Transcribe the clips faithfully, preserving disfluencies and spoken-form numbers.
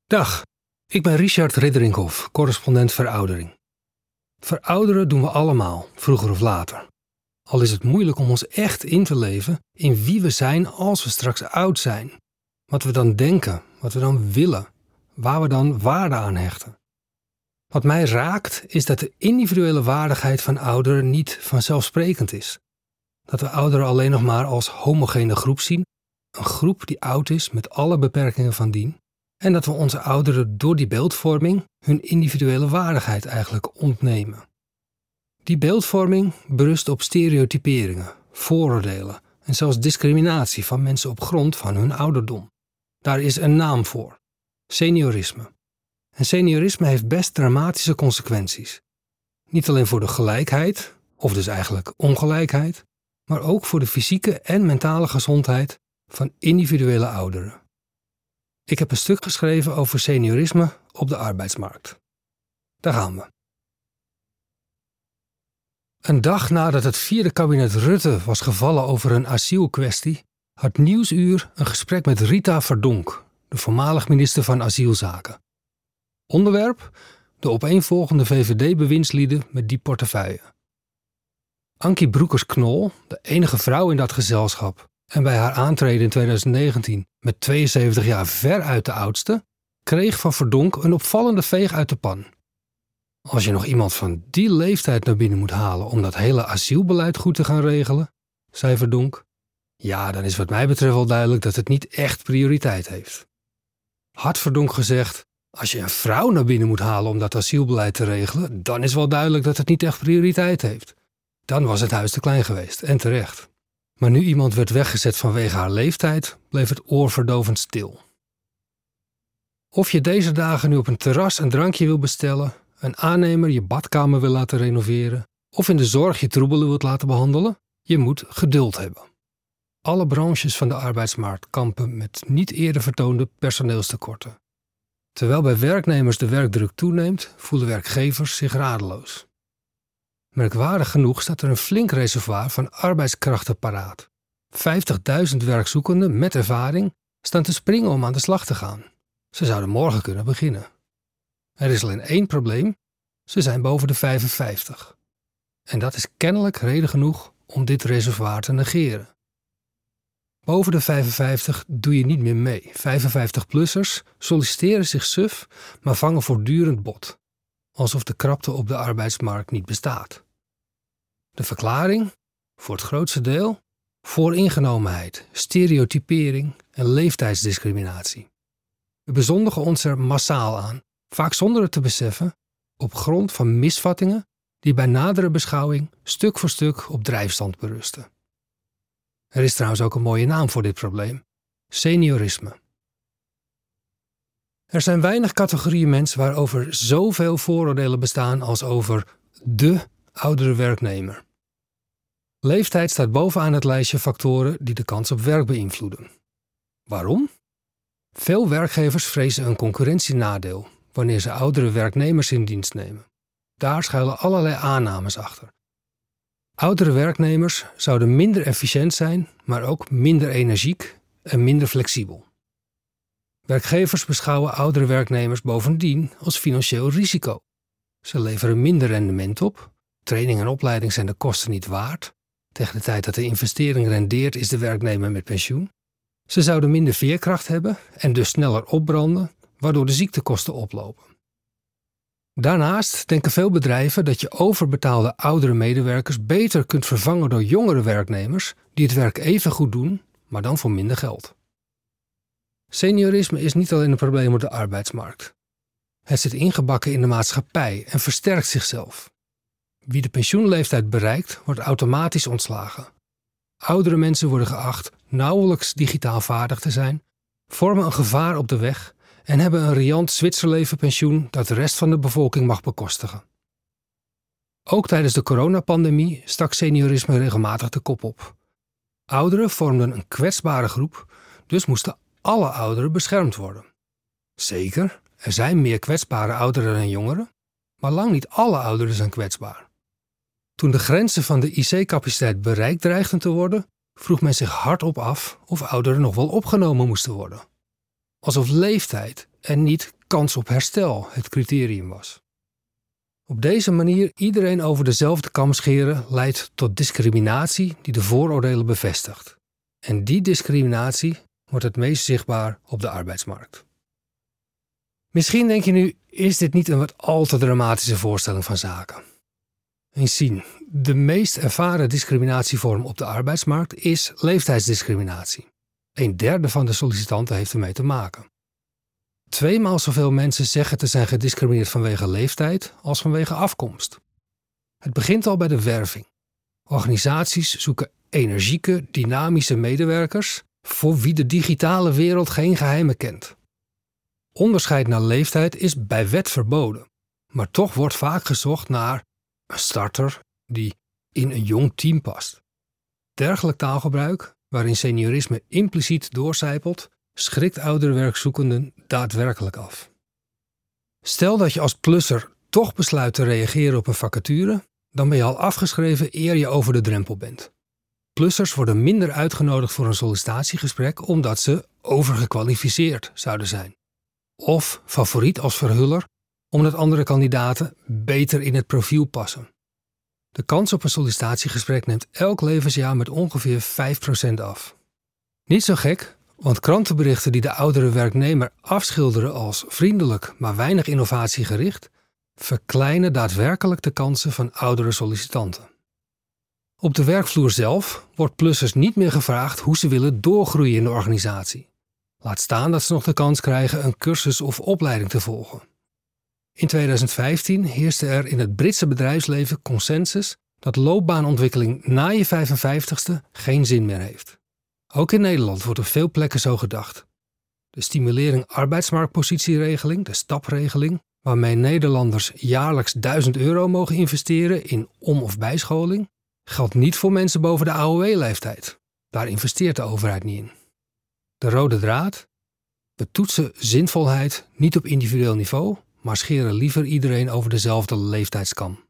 Dag, ik ben Richard Ridderinghoff, correspondent veroudering. Verouderen doen we allemaal, vroeger of later. Al is het moeilijk om ons echt in te leven in wie we zijn als we straks oud zijn. Wat we dan denken, wat we dan willen, waar we dan waarde aan hechten. Wat mij raakt is dat de individuele waardigheid van ouderen niet vanzelfsprekend is. Dat we ouderen alleen nog maar als homogene groep zien, een groep die oud is met alle beperkingen van dien, en dat we onze ouderen door die beeldvorming hun individuele waardigheid eigenlijk ontnemen. Die beeldvorming berust op stereotyperingen, vooroordelen en zelfs discriminatie van mensen op grond van hun ouderdom. Daar is een naam voor: seniorisme. En seniorisme heeft best dramatische consequenties. Niet alleen voor de gelijkheid, of dus eigenlijk ongelijkheid, maar ook voor de fysieke en mentale gezondheid van individuele ouderen. Ik heb een stuk geschreven over seniorisme op de arbeidsmarkt. Daar gaan we. Een dag nadat het vierde kabinet Rutte was gevallen over een asielkwestie, had Nieuwsuur een gesprek met Rita Verdonk, de voormalig minister van Asielzaken. Onderwerp: de opeenvolgende V V D-bewindslieden met die portefeuille. Ankie Broekers-Knol, de enige vrouw in dat gezelschap en bij haar aantreden in tweeduizend negentien met tweeënzeventig jaar veruit de oudste, kreeg van Verdonk een opvallende veeg uit de pan. Als je nog iemand van die leeftijd naar binnen moet halen om dat hele asielbeleid goed te gaan regelen, zei Verdonk, ja, dan is wat mij betreft wel duidelijk dat het niet echt prioriteit heeft. Had Verdonk gezegd, als je een vrouw naar binnen moet halen om dat asielbeleid te regelen, dan is wel duidelijk dat het niet echt prioriteit heeft. Dan was het huis te klein geweest, en terecht. Maar nu iemand werd weggezet vanwege haar leeftijd, bleef het oorverdovend stil. Of je deze dagen nu op een terras een drankje wil bestellen, een aannemer je badkamer wil laten renoveren, of in de zorg je troebelen wilt laten behandelen, je moet geduld hebben. Alle branches van de arbeidsmarkt kampen met niet eerder vertoonde personeelstekorten. Terwijl bij werknemers de werkdruk toeneemt, voelen werkgevers zich radeloos. Merkwaardig genoeg staat er een flink reservoir van arbeidskrachten paraat. vijftigduizend werkzoekenden met ervaring staan te springen om aan de slag te gaan. Ze zouden morgen kunnen beginnen. Er is alleen één probleem: ze zijn boven de vijfenvijftig. En dat is kennelijk reden genoeg om dit reservoir te negeren. Boven de vijfenvijftig doe je niet meer mee. vijfenvijftig-plussers solliciteren zich suf, maar vangen voortdurend bot. Alsof de krapte op de arbeidsmarkt niet bestaat. De verklaring? Voor het grootste deel vooringenomenheid, stereotypering en leeftijdsdiscriminatie. We bezondigen ons er massaal aan, vaak zonder het te beseffen, op grond van misvattingen die bij nadere beschouwing stuk voor stuk op drijfstand berusten. Er is trouwens ook een mooie naam voor dit probleem: seniorisme. Er zijn weinig categorieën mensen waarover zoveel vooroordelen bestaan als over de oudere werknemer. Leeftijd staat bovenaan het lijstje factoren die de kans op werk beïnvloeden. Waarom? Veel werkgevers vrezen een concurrentienadeel wanneer ze oudere werknemers in dienst nemen. Daar schuilen allerlei aannames achter. Oudere werknemers zouden minder efficiënt zijn, maar ook minder energiek en minder flexibel. Werkgevers beschouwen oudere werknemers bovendien als financieel risico. Ze leveren minder rendement op, training en opleiding zijn de kosten niet waard, tegen de tijd dat de investering rendeert is de werknemer met pensioen. Ze zouden minder veerkracht hebben en dus sneller opbranden, waardoor de ziektekosten oplopen. Daarnaast denken veel bedrijven dat je overbetaalde oudere medewerkers beter kunt vervangen door jongere werknemers die het werk even goed doen, maar dan voor minder geld. Seniorisme is niet alleen een probleem op de arbeidsmarkt. Het zit ingebakken in de maatschappij en versterkt zichzelf. Wie de pensioenleeftijd bereikt, wordt automatisch ontslagen. Oudere mensen worden geacht nauwelijks digitaal vaardig te zijn, vormen een gevaar op de weg en hebben een riant Zwitserlevenpensioen dat de rest van de bevolking mag bekostigen. Ook tijdens de coronapandemie stak seniorisme regelmatig de kop op. Ouderen vormden een kwetsbare groep, dus moesten alle ouderen beschermd worden. Zeker, er zijn meer kwetsbare ouderen dan jongeren, maar lang niet alle ouderen zijn kwetsbaar. Toen de grenzen van de I C-capaciteit bereikt dreigden te worden, vroeg men zich hardop af of ouderen nog wel opgenomen moesten worden. Alsof leeftijd en niet kans op herstel het criterium was. Op deze manier iedereen over dezelfde kam scheren leidt tot discriminatie die de vooroordelen bevestigt. En die discriminatie wordt het meest zichtbaar op de arbeidsmarkt. Misschien denk je nu, is dit niet een wat al te dramatische voorstelling van zaken? Eens zien, de meest ervaren discriminatievorm op de arbeidsmarkt is leeftijdsdiscriminatie. Een derde van de sollicitanten heeft ermee te maken. Tweemaal zoveel mensen zeggen te zijn gediscrimineerd vanwege leeftijd als vanwege afkomst. Het begint al bij de werving. Organisaties zoeken energieke, dynamische medewerkers voor wie de digitale wereld geen geheimen kent. Onderscheid naar leeftijd is bij wet verboden, maar toch wordt vaak gezocht naar een starter die in een jong team past. Dergelijk taalgebruik, waarin seniorisme impliciet doorcijpelt, schrikt oudere werkzoekenden daadwerkelijk af. Stel dat je als plusser toch besluit te reageren op een vacature, dan ben je al afgeschreven eer je over de drempel bent. Plussers worden minder uitgenodigd voor een sollicitatiegesprek omdat ze overgekwalificeerd zouden zijn. Of favoriet als verhuller, omdat andere kandidaten beter in het profiel passen. De kans op een sollicitatiegesprek neemt elk levensjaar met ongeveer vijf procent af. Niet zo gek, want krantenberichten die de oudere werknemer afschilderen als vriendelijk, maar weinig innovatiegericht, verkleinen daadwerkelijk de kansen van oudere sollicitanten. Op de werkvloer zelf wordt plussers niet meer gevraagd hoe ze willen doorgroeien in de organisatie. Laat staan dat ze nog de kans krijgen een cursus of opleiding te volgen. In tweeduizend vijftien heerste er in het Britse bedrijfsleven consensus dat loopbaanontwikkeling na je vijfenvijftigste geen zin meer heeft. Ook in Nederland wordt op veel plekken zo gedacht. De stimulering arbeidsmarktpositieregeling, de stapregeling, waarmee Nederlanders jaarlijks duizend euro mogen investeren in om- of bijscholing, geldt niet voor mensen boven de A O W-leeftijd. Daar investeert de overheid niet in. De rode draad? We toetsen zinvolheid niet op individueel niveau, maar scheren liever iedereen over dezelfde leeftijdskam.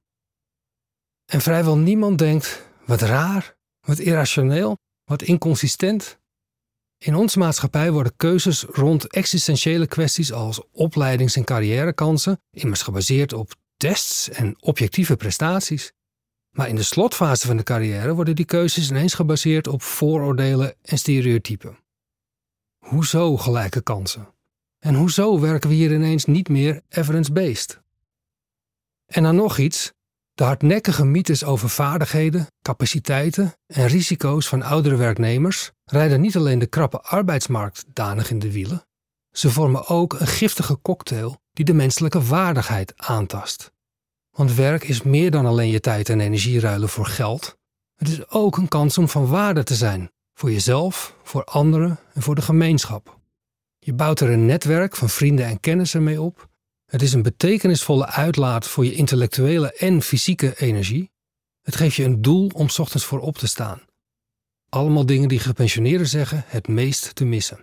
En vrijwel niemand denkt, wat raar, wat irrationeel, wat inconsistent. In onze maatschappij worden keuzes rond existentiële kwesties als opleidings- en carrièrekansen immers gebaseerd op tests en objectieve prestaties. Maar in de slotfase van de carrière worden die keuzes ineens gebaseerd op vooroordelen en stereotypen. Hoezo gelijke kansen? En hoezo werken we hier ineens niet meer evidence-based? En dan nog iets, de hardnekkige mythes over vaardigheden, capaciteiten en risico's van oudere werknemers rijden niet alleen de krappe arbeidsmarkt danig in de wielen, ze vormen ook een giftige cocktail die de menselijke waardigheid aantast. Want werk is meer dan alleen je tijd en energie ruilen voor geld. Het is ook een kans om van waarde te zijn, voor jezelf, voor anderen en voor de gemeenschap. Je bouwt er een netwerk van vrienden en kennissen mee op. Het is een betekenisvolle uitlaat voor je intellectuele en fysieke energie. Het geeft je een doel om 's ochtends voor op te staan. Allemaal dingen die gepensioneerden zeggen het meest te missen.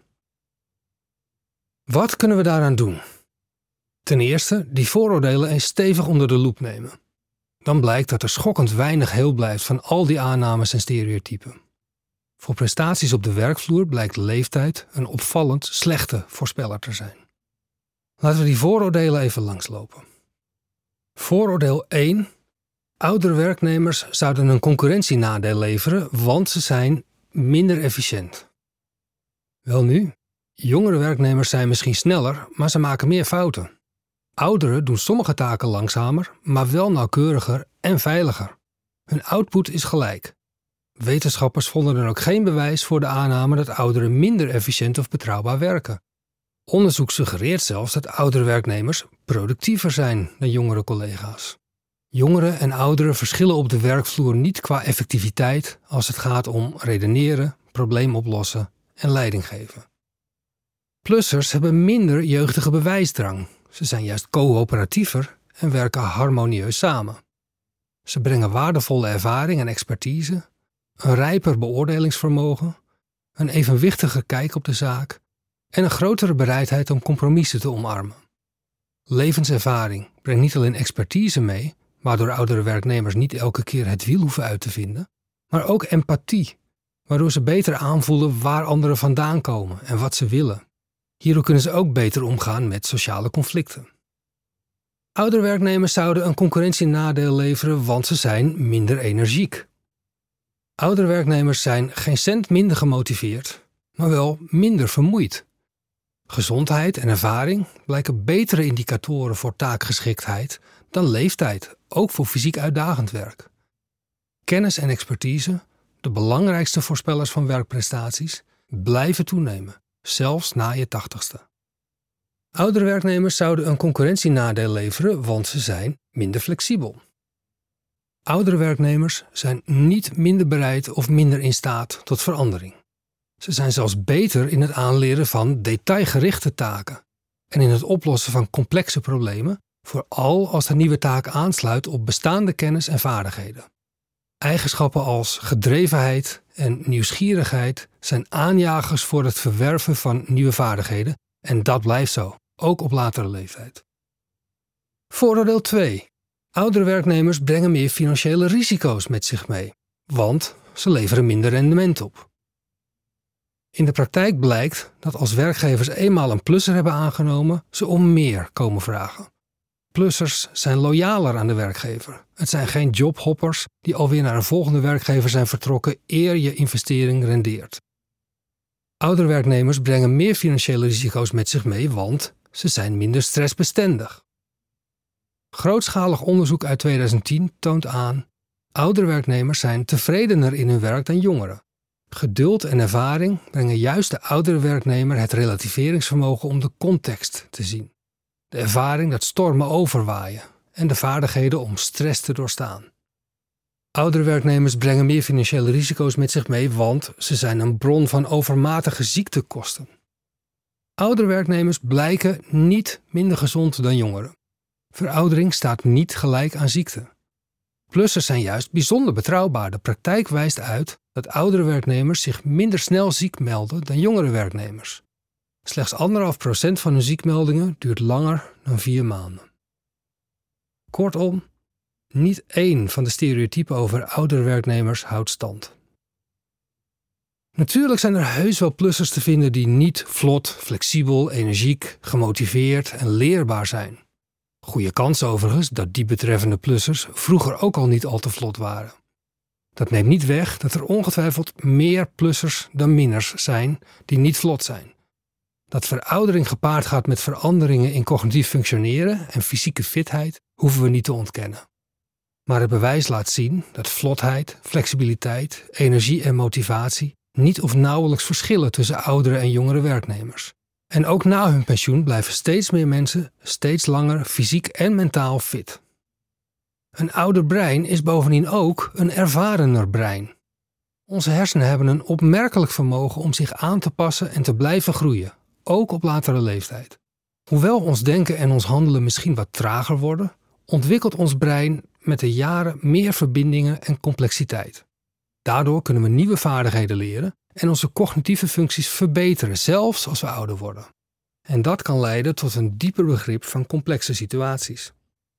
Wat kunnen we daaraan doen? Ten eerste, die vooroordelen eens stevig onder de loep nemen. Dan blijkt dat er schokkend weinig heel blijft van al die aannames en stereotypen. Voor prestaties op de werkvloer blijkt leeftijd een opvallend slechte voorspeller te zijn. Laten we die vooroordelen even langslopen. Vooroordeel één. Oudere werknemers zouden een concurrentienadeel leveren, want ze zijn minder efficiënt. Welnu, jongere werknemers zijn misschien sneller, maar ze maken meer fouten. Ouderen doen sommige taken langzamer, maar wel nauwkeuriger en veiliger. Hun output is gelijk. Wetenschappers vonden er ook geen bewijs voor de aanname dat ouderen minder efficiënt of betrouwbaar werken. Onderzoek suggereert zelfs dat oudere werknemers productiever zijn dan jongere collega's. Jongeren en ouderen verschillen op de werkvloer niet qua effectiviteit als het gaat om redeneren, probleem oplossen en leiding geven. Plussers hebben minder jeugdige bewijsdrang. Ze zijn juist coöperatiever en werken harmonieus samen. Ze brengen waardevolle ervaring en expertise, een rijper beoordelingsvermogen, een evenwichtiger kijk op de zaak en een grotere bereidheid om compromissen te omarmen. Levenservaring brengt niet alleen expertise mee, waardoor oudere werknemers niet elke keer het wiel hoeven uit te vinden, maar ook empathie, waardoor ze beter aanvoelen waar anderen vandaan komen en wat ze willen. Hierdoor kunnen ze ook beter omgaan met sociale conflicten. Oudere werknemers zouden een concurrentienadeel leveren, want ze zijn minder energiek. Oudere werknemers zijn geen cent minder gemotiveerd, maar wel minder vermoeid. Gezondheid en ervaring blijken betere indicatoren voor taakgeschiktheid dan leeftijd, ook voor fysiek uitdagend werk. Kennis en expertise, de belangrijkste voorspellers van werkprestaties, blijven toenemen, zelfs na je tachtigste. Oudere werknemers zouden een concurrentienadeel leveren, want ze zijn minder flexibel. Oudere werknemers zijn niet minder bereid of minder in staat tot verandering. Ze zijn zelfs beter in het aanleren van detailgerichte taken en in het oplossen van complexe problemen, vooral als de nieuwe taak aansluit op bestaande kennis en vaardigheden. Eigenschappen als gedrevenheid en nieuwsgierigheid zijn aanjagers voor het verwerven van nieuwe vaardigheden en dat blijft zo, ook op latere leeftijd. Vooroordeel twee. Oudere werknemers brengen meer financiële risico's met zich mee, want ze leveren minder rendement op. In de praktijk blijkt dat als werkgevers eenmaal een plusser hebben aangenomen, ze om meer komen vragen. Plussers zijn loyaler aan de werkgever. Het zijn geen jobhoppers die alweer naar een volgende werkgever zijn vertrokken eer je investering rendeert. Oudere werknemers brengen meer financiële risico's met zich mee, want ze zijn minder stressbestendig. Grootschalig onderzoek uit tweeduizend tien toont aan: oudere werknemers zijn tevredener in hun werk dan jongeren. Geduld en ervaring brengen juist de oudere werknemer het relativeringsvermogen om de context te zien. De ervaring dat stormen overwaaien en de vaardigheden om stress te doorstaan. Oudere werknemers brengen meer financiële risico's met zich mee, want ze zijn een bron van overmatige ziektekosten. Oudere werknemers blijken niet minder gezond dan jongeren. Veroudering staat niet gelijk aan ziekte. Plussers zijn juist bijzonder betrouwbaar. De praktijk wijst uit dat oudere werknemers zich minder snel ziek melden dan jongere werknemers. Slechts anderhalf procent van hun ziekmeldingen duurt langer dan vier maanden. Kortom, niet één van de stereotypen over oudere werknemers houdt stand. Natuurlijk zijn er heus wel plussers te vinden die niet vlot, flexibel, energiek, gemotiveerd en leerbaar zijn. Goeie kans overigens dat die betreffende plussers vroeger ook al niet al te vlot waren. Dat neemt niet weg dat er ongetwijfeld meer plussers dan minners zijn die niet vlot zijn. Dat veroudering gepaard gaat met veranderingen in cognitief functioneren en fysieke fitheid hoeven we niet te ontkennen. Maar het bewijs laat zien dat vlotheid, flexibiliteit, energie en motivatie niet of nauwelijks verschillen tussen oudere en jongere werknemers. En ook na hun pensioen blijven steeds meer mensen steeds langer fysiek en mentaal fit. Een ouder brein is bovendien ook een ervarener brein. Onze hersenen hebben een opmerkelijk vermogen om zich aan te passen en te blijven groeien, ook op latere leeftijd. Hoewel ons denken en ons handelen misschien wat trager worden, ontwikkelt ons brein met de jaren meer verbindingen en complexiteit. Daardoor kunnen we nieuwe vaardigheden leren en onze cognitieve functies verbeteren, zelfs als we ouder worden. En dat kan leiden tot een dieper begrip van complexe situaties.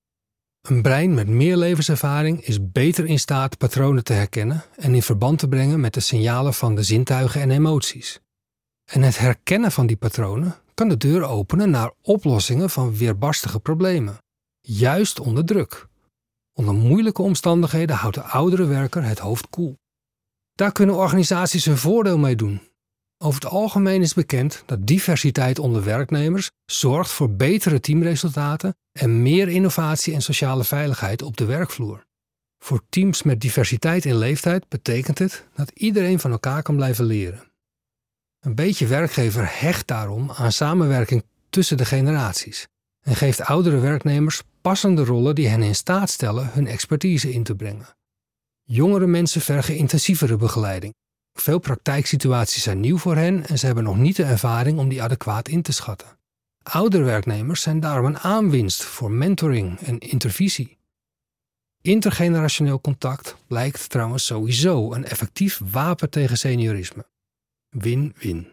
Een brein met meer levenservaring is beter in staat patronen te herkennen en in verband te brengen met de signalen van de zintuigen en emoties. En het herkennen van die patronen kan de deur openen naar oplossingen van weerbarstige problemen, juist onder druk. Onder moeilijke omstandigheden houdt de oudere werker het hoofd koel. Daar kunnen organisaties hun voordeel mee doen. Over het algemeen is bekend dat diversiteit onder werknemers zorgt voor betere teamresultaten en meer innovatie en sociale veiligheid op de werkvloer. Voor teams met diversiteit in leeftijd betekent het dat iedereen van elkaar kan blijven leren. Een beetje werkgever hecht daarom aan samenwerking tussen de generaties en geeft oudere werknemers passende rollen die hen in staat stellen hun expertise in te brengen. Jongere mensen vergen intensievere begeleiding. Veel praktijksituaties zijn nieuw voor hen en ze hebben nog niet de ervaring om die adequaat in te schatten. Oudere werknemers zijn daarom een aanwinst voor mentoring en intervisie. Intergenerationeel contact blijkt trouwens sowieso een effectief wapen tegen seniorisme. Win-win.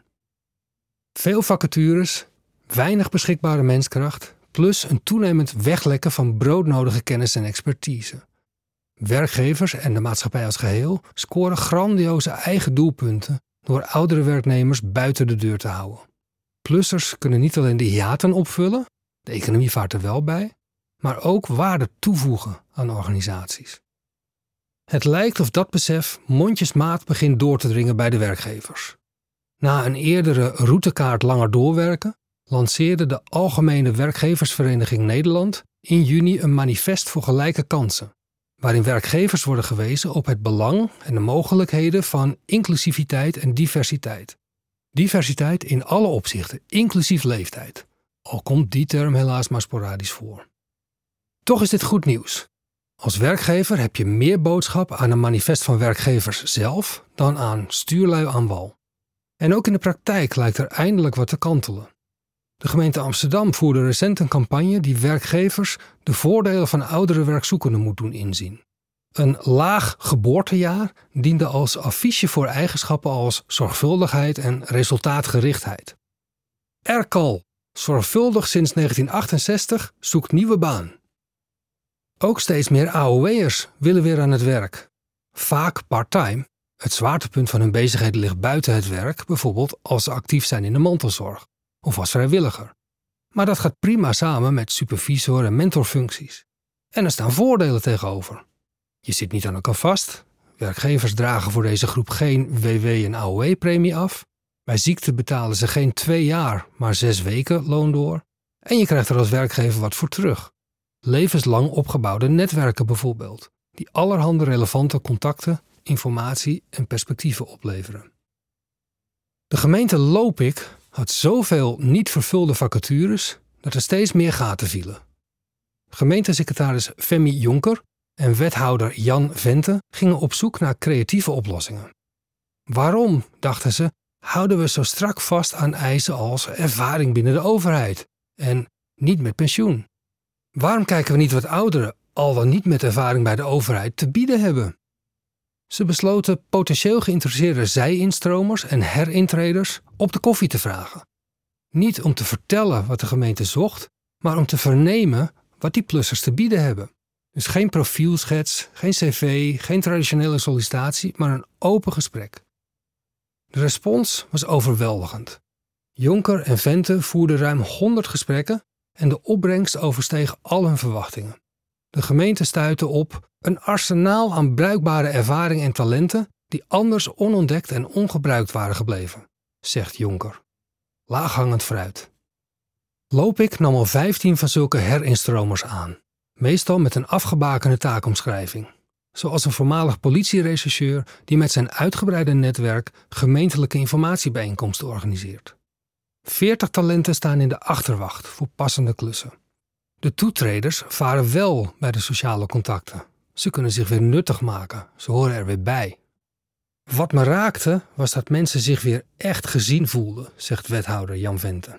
Veel vacatures, weinig beschikbare menskracht, plus een toenemend weglekken van broodnodige kennis en expertise. Werkgevers en de maatschappij als geheel scoren grandioze eigen doelpunten door oudere werknemers buiten de deur te houden. Plussers kunnen niet alleen de hiaten opvullen, de economie vaart er wel bij, maar ook waarde toevoegen aan organisaties. Het lijkt of dat besef mondjesmaat begint door te dringen bij de werkgevers. Na een eerdere routekaart langer doorwerken, lanceerde de Algemene Werkgeversvereniging Nederland in juni een manifest voor gelijke kansen, waarin werkgevers worden gewezen op het belang en de mogelijkheden van inclusiviteit en diversiteit. Diversiteit in alle opzichten, inclusief leeftijd, al komt die term helaas maar sporadisch voor. Toch is dit goed nieuws. Als werkgever heb je meer boodschap aan een manifest van werkgevers zelf dan aan stuurlui aan wal. En ook in de praktijk lijkt er eindelijk wat te kantelen. De gemeente Amsterdam voerde recent een campagne die werkgevers de voordelen van oudere werkzoekenden moet doen inzien. Een laag geboortejaar diende als affiche voor eigenschappen als zorgvuldigheid en resultaatgerichtheid. R C A L, zorgvuldig sinds negentien achtenzestig, zoekt nieuwe baan. Ook steeds meer A O W'ers willen weer aan het werk. Vaak part-time. Het zwaartepunt van hun bezigheid ligt buiten het werk, bijvoorbeeld als ze actief zijn in de mantelzorg of als vrijwilliger. Maar dat gaat prima samen met supervisor- en mentorfuncties. En er staan voordelen tegenover. Je zit niet aan elkaar vast. Werkgevers dragen voor deze groep geen W W en A O W-premie af. Bij ziekte betalen ze geen twee jaar, maar zes weken loon door. En je krijgt er als werkgever wat voor terug. Levenslang opgebouwde netwerken bijvoorbeeld, die allerhande relevante contacten, informatie en perspectieven opleveren. De gemeente Lopik had zoveel niet vervulde vacatures dat er steeds meer gaten vielen. Gemeentesecretaris Femmy Jonker en wethouder Jan Vente gingen op zoek naar creatieve oplossingen. Waarom, dachten ze, houden we zo strak vast aan eisen als ervaring binnen de overheid en niet met pensioen? Waarom kijken we niet wat ouderen, al dan niet met ervaring bij de overheid, te bieden hebben? Ze besloten potentieel geïnteresseerde zij-instromers en herintreders op de koffie te vragen. Niet om te vertellen wat de gemeente zocht, maar om te vernemen wat die plussers te bieden hebben. Dus geen profielschets, geen cv, geen traditionele sollicitatie, maar een open gesprek. De respons was overweldigend. Jonker en Vente voerden ruim honderd gesprekken en de opbrengst oversteeg al hun verwachtingen. De gemeente stuitte op een arsenaal aan bruikbare ervaring en talenten die anders onontdekt en ongebruikt waren gebleven, zegt Jonker. Laaghangend fruit. Lopik nam al vijftien van zulke herinstromers aan, meestal met een afgebakende taakomschrijving. Zoals een voormalig politierechercheur die met zijn uitgebreide netwerk gemeentelijke informatiebijeenkomsten organiseert. Veertig talenten staan in de achterwacht voor passende klussen. De toetreders varen wel bij de sociale contacten. Ze kunnen zich weer nuttig maken, ze horen er weer bij. Wat me raakte was dat mensen zich weer echt gezien voelden, zegt wethouder Jan Vente.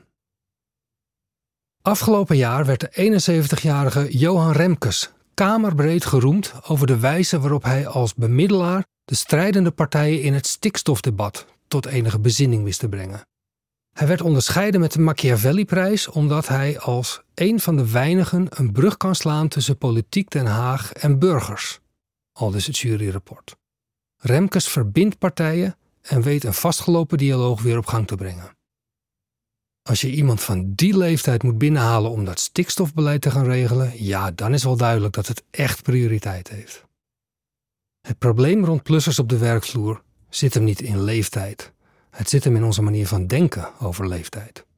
Afgelopen jaar werd de eenenzeventigjarige Johan Remkes kamerbreed geroemd over de wijze waarop hij als bemiddelaar de strijdende partijen in het stikstofdebat tot enige bezinning wist te brengen. Hij werd onderscheiden met de Machiavelli-prijs omdat hij als een van de weinigen een brug kan slaan tussen politiek Den Haag en burgers, aldus het juryrapport. Remkes verbindt partijen en weet een vastgelopen dialoog weer op gang te brengen. Als je iemand van die leeftijd moet binnenhalen om dat stikstofbeleid te gaan regelen, ja, dan is wel duidelijk dat het echt prioriteit heeft. Het probleem rond plussers op de werkvloer zit hem niet in leeftijd. Het zit hem in onze manier van denken over leeftijd.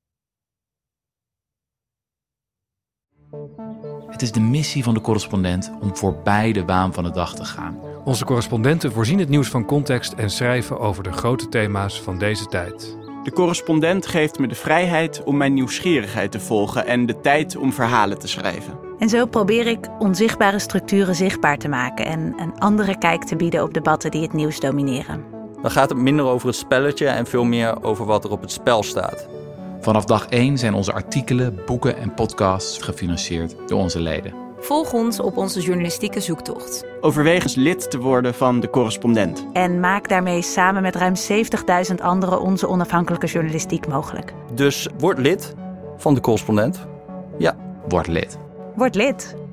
Het is de missie van de correspondent om voorbij de waan van de dag te gaan. Onze correspondenten voorzien het nieuws van context en schrijven over de grote thema's van deze tijd. De correspondent geeft me de vrijheid om mijn nieuwsgierigheid te volgen en de tijd om verhalen te schrijven. En zo probeer ik onzichtbare structuren zichtbaar te maken en een andere kijk te bieden op debatten die het nieuws domineren. Dan gaat het minder over het spelletje en veel meer over wat er op het spel staat. Vanaf dag één zijn onze artikelen, boeken en podcasts gefinancierd door onze leden. Volg ons op onze journalistieke zoektocht. Overweeg eens lid te worden van de correspondent. En maak daarmee samen met ruim zeventigduizend anderen onze onafhankelijke journalistiek mogelijk. Dus word lid van de correspondent. Ja, Word lid. Word lid.